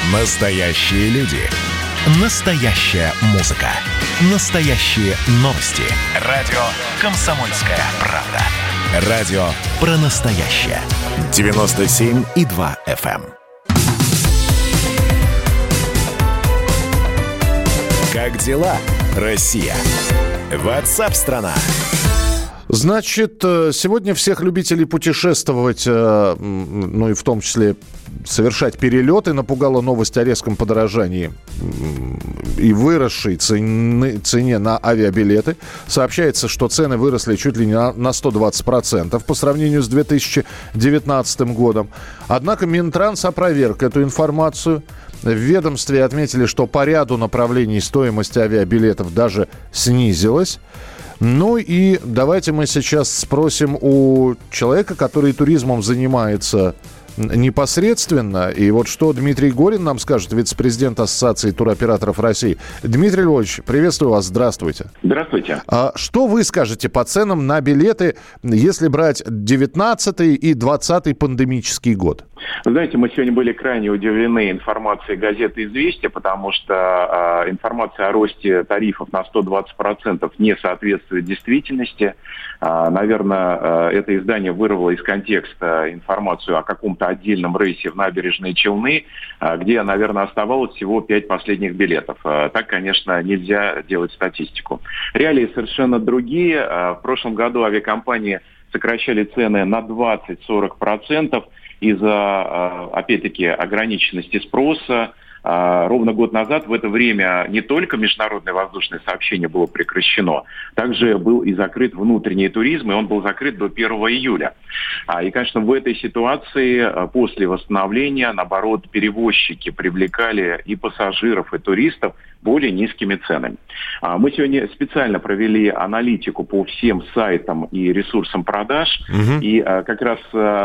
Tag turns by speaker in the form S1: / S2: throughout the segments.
S1: Настоящие люди. Настоящая музыка. Настоящие новости. Радио «Комсомольская правда». Радио про настоящее. 97,2 FM. Как дела, Россия? Ватсап-страна!
S2: Значит, сегодня всех любителей путешествовать, ну и в том числе совершать перелеты, напугала новость о резком подорожании и выросшей цене на авиабилеты. Сообщается, что цены выросли чуть ли не на 120% по сравнению с 2019 годом. Однако Минтранс опроверг эту информацию. В ведомстве отметили, что по ряду направлений стоимость авиабилетов даже снизилась. Ну и давайте мы сейчас спросим у человека, который туризмом занимается непосредственно. И вот что Дмитрий Горин нам скажет, вице-президент Ассоциации туроператоров России. Дмитрий Львович, приветствую вас, здравствуйте.
S3: Здравствуйте.
S2: Что вы скажете по ценам на билеты, если брать 19-й и 20-й пандемический год?
S3: Вы знаете, мы сегодня были крайне удивлены информацией газеты «Известия», потому что информация о росте тарифов на 120% не соответствует действительности. Наверное, это издание вырвало из контекста информацию о каком-то отдельном рейсе в Набережные Челны, где, наверное, оставалось всего 5 последних билетов. Так, конечно, нельзя делать статистику. Реалии совершенно другие. В прошлом году авиакомпании сокращали цены на 20-40% из-за, опять-таки, ограниченности спроса. Ровно год назад в это время не только международное воздушное сообщение было прекращено, также был и закрыт внутренний туризм, и он был закрыт до 1 июля. И, конечно, в этой ситуации после восстановления, наоборот, перевозчики привлекали и пассажиров, и туристов более низкими ценами. Мы сегодня специально провели аналитику по всем сайтам и ресурсам продаж, и как раз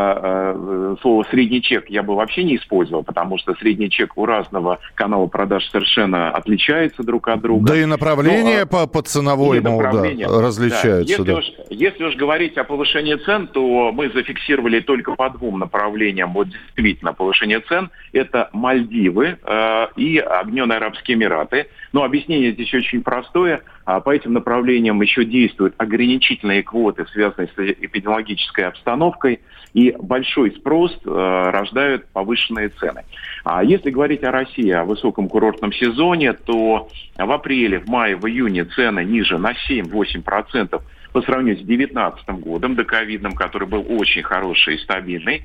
S3: слово «средний чек» я бы вообще не использовал, потому что средний чек у разного канала продаж совершенно отличается друг от друга.
S2: Да и направления по ценовой различаются.
S3: Да. Если уж говорить о повышении цен, то мы зафиксировали только по 2 направлениям вот действительно повышение цен. Это Мальдивы и Объединенные Арабские Эмираты. Но объяснение здесь очень простое. По этим направлениям еще действуют ограничительные квоты, связанные с эпидемиологической обстановкой, и большой спрос рождают повышенные цены. А если говорить о России, о высоком курортном сезоне, то в апреле, в мае, в июне цены ниже на 7-8% по сравнению с 2019 годом, доковидным, который был очень хороший и стабильный.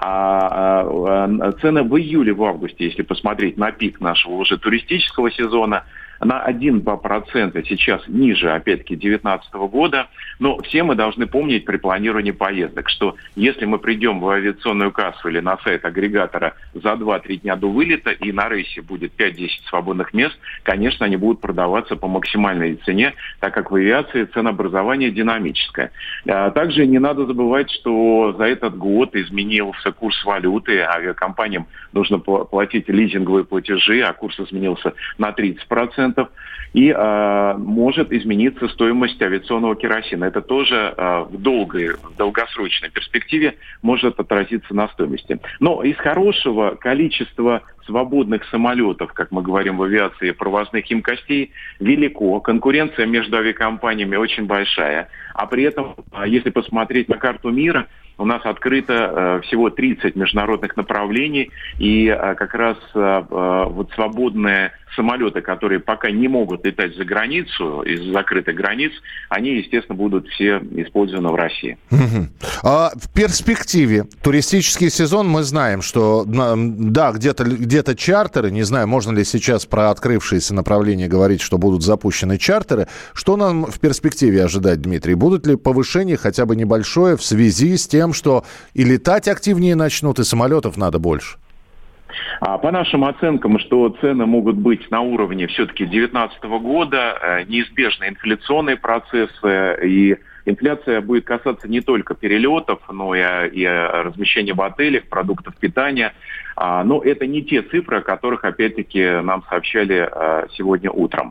S3: Цены в июле, в августе, если посмотреть на пик нашего уже туристического сезона, на 1-2% сейчас ниже, опять-таки, 2019 года. Но все мы должны помнить при планировании поездок, что если мы придем в авиационную кассу или на сайт агрегатора за 2-3 дня до вылета, и на рейсе будет 5-10 свободных мест, конечно, они будут продаваться по максимальной цене, так как в авиации ценообразование динамическое. Также не надо забывать, что за этот год изменился курс валюты. Авиакомпаниям нужно платить лизинговые платежи, а курс изменился на 30%. И может измениться стоимость авиационного керосина. Это тоже в долгосрочной перспективе может отразиться на стоимости. Но из хорошего количества свободных самолетов, как мы говорим в авиации, провозных емкостей, велико. Конкуренция между авиакомпаниями очень большая. А при этом, если посмотреть на карту мира, у нас открыто всего 30 международных направлений, и как раз вот свободные самолеты, которые пока не могут летать за границу, из закрытых границ, они, естественно, будут все использованы в России.
S2: А в перспективе туристический сезон мы знаем, что да, где-то чартеры, не знаю, можно ли сейчас про открывшиеся направления говорить, что будут запущены чартеры. Что нам в перспективе ожидать, Дмитрий? Будут ли повышения хотя бы небольшое в связи с тем, что и летать активнее начнут, и самолетов надо больше?
S3: По нашим оценкам, что цены могут быть на уровне все-таки 2019 года, неизбежны инфляционные процессы, и инфляция будет касаться не только перелетов, но и размещения в отелях, продуктов питания. Но это не те цифры, о которых, опять-таки, нам сообщали сегодня утром.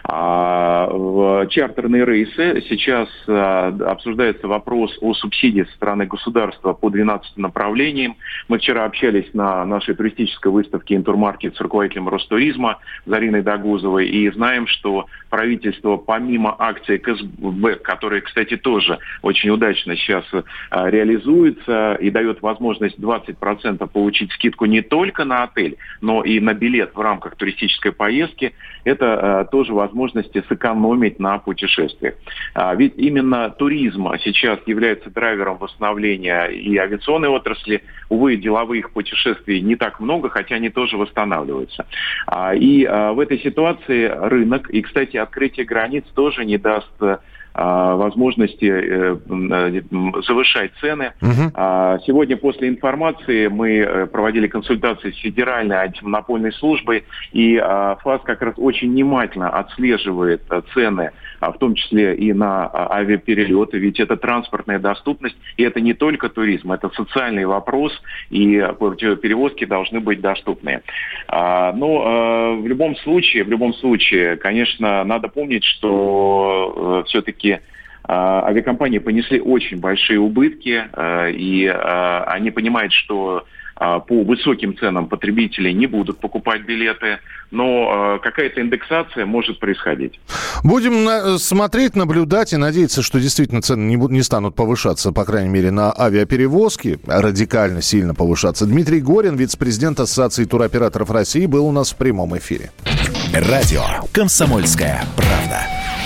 S3: В чартерные рейсы сейчас обсуждается вопрос о субсидии со стороны государства по 12 направлениям. Мы вчера общались на нашей туристической выставке «Интурмаркет» с руководителем Ростуризма Зариной Дагузовой и знаем, что правительство, помимо акций КСБ, которые, кстати, тоже очень удачно сейчас реализуются и дает возможность 20% получить скидку не только на отель, но и на билет в рамках туристической поездки, это тоже возможности сэкономить на путешествиях. Ведь именно туризм сейчас является драйвером восстановления и авиационной отрасли. Увы, деловых путешествий не так много, хотя они тоже восстанавливаются. И в этой ситуации рынок, и, кстати, открытие границ тоже не даст возможности завышать цены. Сегодня после информации мы проводили консультации с Федеральной антимонопольной службой, и ФАС как раз очень внимательно отслеживает цены, в том числе и на авиаперелеты, ведь это транспортная доступность, и это не только туризм, это социальный вопрос, и перевозки должны быть доступны. Но в любом случае, конечно, надо помнить, что все-таки авиакомпании понесли очень большие убытки, и они понимают, что по высоким ценам потребители не будут покупать билеты, но какая-то индексация может происходить.
S2: Будем смотреть, наблюдать и надеяться, что действительно цены не станут повышаться, по крайней мере, на авиаперевозки, радикально сильно повышаться. Дмитрий Горин, вице-президент Ассоциации туроператоров России, был у нас в прямом эфире.
S1: Радио «Комсомольская правда».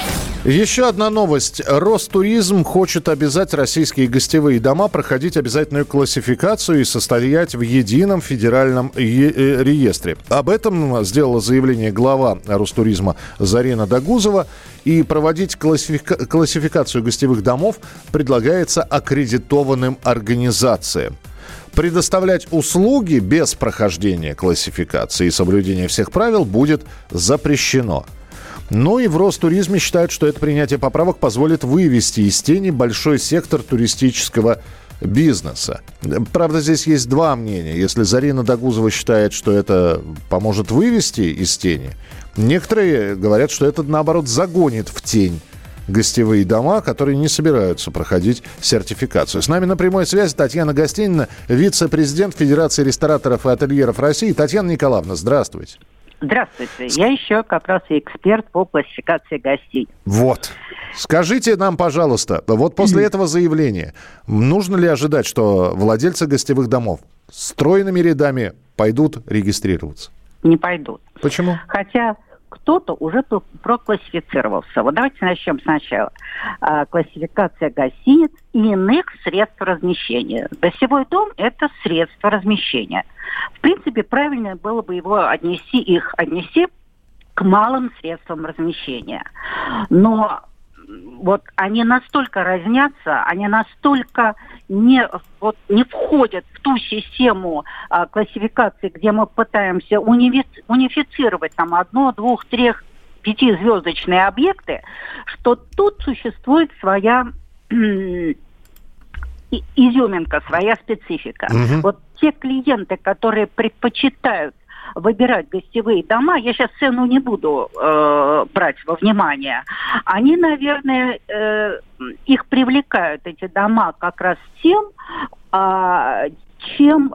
S2: Еще одна новость. Ростуризм хочет обязать российские гостевые дома проходить обязательную классификацию и состоять в едином федеральном реестре. Об этом сделала заявление глава Ростуризма Зарина Дагузова. И проводить классификацию гостевых домов предлагается аккредитованным организациям. Предоставлять услуги без прохождения классификации и соблюдения всех правил будет запрещено. Ну и в Ростуризме считают, что это принятие поправок позволит вывести из тени большой сектор туристического бизнеса. Правда, здесь есть два мнения. Если Зарина Дагузова считает, что это поможет вывести из тени, некоторые говорят, что это, наоборот, загонит в тень гостевые дома, которые не собираются проходить сертификацию. С нами на прямой связи Татьяна Гостинина, вице-президент Федерации рестораторов и ательеров России. Татьяна Николаевна, здравствуйте.
S4: Здравствуйте. Я еще как раз и эксперт по классификации гостей.
S2: Вот. Скажите нам, пожалуйста, вот после этого заявления, нужно ли ожидать, что владельцы гостевых домов стройными рядами пойдут регистрироваться?
S4: Не пойдут.
S2: Почему?
S4: Хотя кто-то уже проклассифицировался. Вот давайте начнем сначала. Классификация гостиниц и иных средств размещения. Гостевой дом – это средство размещения. В принципе, правильно было бы их отнести к малым средствам размещения. Но вот они настолько разнятся, они настолько не входят в ту систему классификации, где мы пытаемся унифицировать там 1, 2, 3, 5-звездочные объекты, что тут существует своя изюминка, своя специфика. Угу. Вот те клиенты, которые предпочитают выбирать гостевые дома, я сейчас цену не буду брать во внимание, они, наверное, их привлекают, эти дома, как раз тем, чем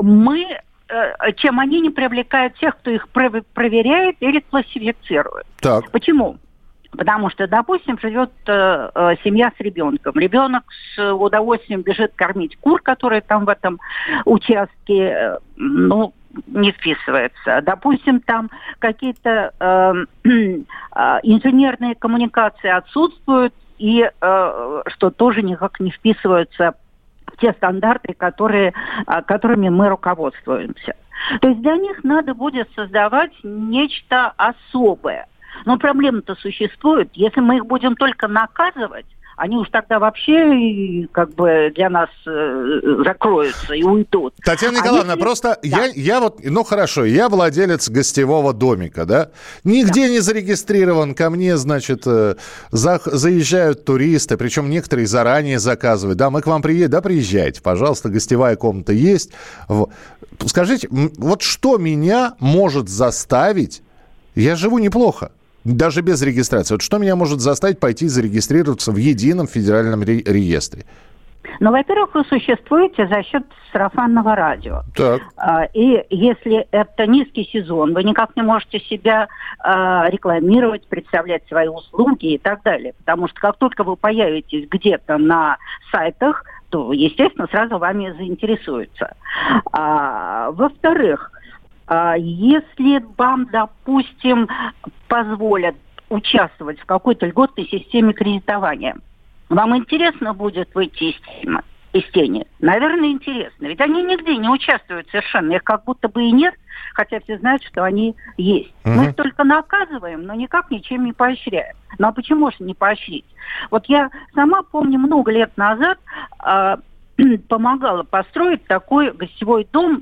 S4: они не привлекают тех, кто их проверяет или классифицирует.
S2: Так.
S4: Почему? Потому что, допустим, живет семья с ребенком. Ребенок с удовольствием бежит кормить кур, которые там в этом участке, не вписывается. Допустим, там какие-то инженерные коммуникации отсутствуют, и что тоже никак не вписываются в те стандарты, которыми мы руководствуемся. То есть для них надо будет создавать нечто особое. Но проблема-то существует. Если мы их будем только наказывать, они уж тогда вообще как бы для нас закроются и уйдут.
S2: Татьяна Николаевна, просто да. я вот, ну хорошо, я владелец гостевого домика, да? Нигде не зарегистрирован, ко мне, значит, заезжают туристы, причем некоторые заранее заказывают. Да, мы к вам приедем, да, приезжайте, пожалуйста, гостевая комната есть. Скажите, вот что меня может заставить, я живу неплохо, даже без регистрации. Вот что меня может заставить пойти зарегистрироваться в едином федеральном реестре?
S4: Ну, во-первых, вы существуете за счет сарафанного радио.
S2: Так.
S4: И если это низкий сезон, вы никак не можете себя рекламировать, представлять свои услуги и так далее. Потому что как только вы появитесь где-то на сайтах, то, естественно, сразу вами заинтересуются. Во-вторых, если вам, допустим, позволят участвовать в какой-то льготной системе кредитования, вам интересно будет выйти из тени? Наверное, интересно. Ведь они нигде не участвуют совершенно. Их как будто бы и нет, хотя все знают, что они есть. Мы их только наказываем, но никак ничем не поощряем. Ну а почему же не поощрить? Вот я сама помню, много лет назад помогала построить такой гостевой дом,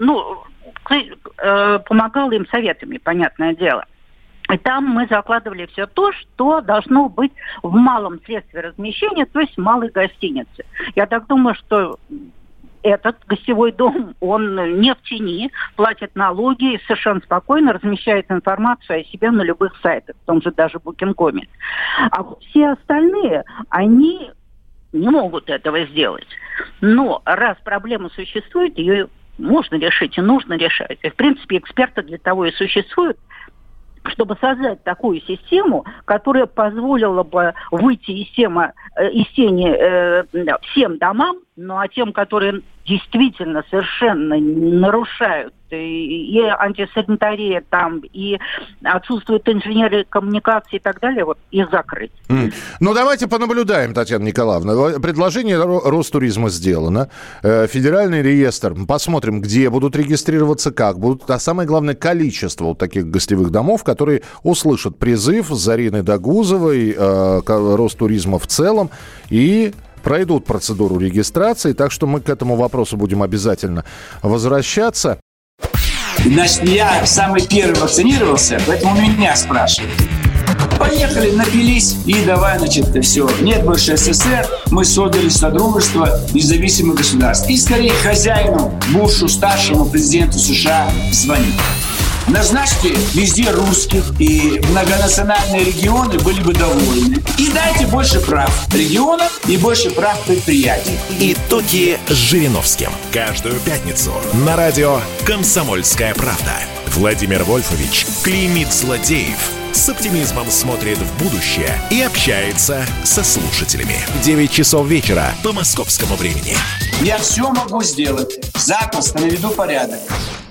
S4: помогала им советами, понятное дело. И там мы закладывали все то, что должно быть в малом средстве размещения, то есть в малой гостинице. Я так думаю, что этот гостевой дом, он не в тени, платит налоги и совершенно спокойно размещает информацию о себе на любых сайтах, в том же даже Booking.com. А вот все остальные, они не могут этого сделать. Но раз проблема существует, ее можно решить и нужно решать. И, в принципе, эксперты для того и существуют, чтобы создать такую систему, которая позволила бы выйти из тени всем домам, ну а тем, которые действительно совершенно нарушают и антисанитария там, и отсутствуют инженеры коммуникации и так далее, вот их закрыть.
S2: Ну, давайте понаблюдаем, Татьяна Николаевна. Предложение Ростуризма сделано. Федеральный реестр. Посмотрим, где будут регистрироваться, как будут. А самое главное, количество вот таких гостевых домов, которые услышат призыв Зарины Дагузовой, Ростуризма в целом, и пройдут процедуру регистрации. Так что мы к этому вопросу будем обязательно возвращаться.
S5: Значит, я самый первый вакцинировался, поэтому меня спрашивают. Поехали, напились и давай, значит, все. Нет больше СССР, мы создали Содружество независимых государств. И скорее хозяину Бушу, старшему президенту США, звонить. Назначьте везде русских, и многонациональные регионы были бы довольны. И дайте больше прав регионам и больше прав предприятий.
S1: Итоги с Жириновским. Каждую пятницу на радио «Комсомольская правда». Владимир Вольфович клеймит злодеев, с оптимизмом смотрит в будущее и общается со слушателями. 9 часов вечера по московскому времени.
S5: Я все могу сделать. Запросто наведу порядок.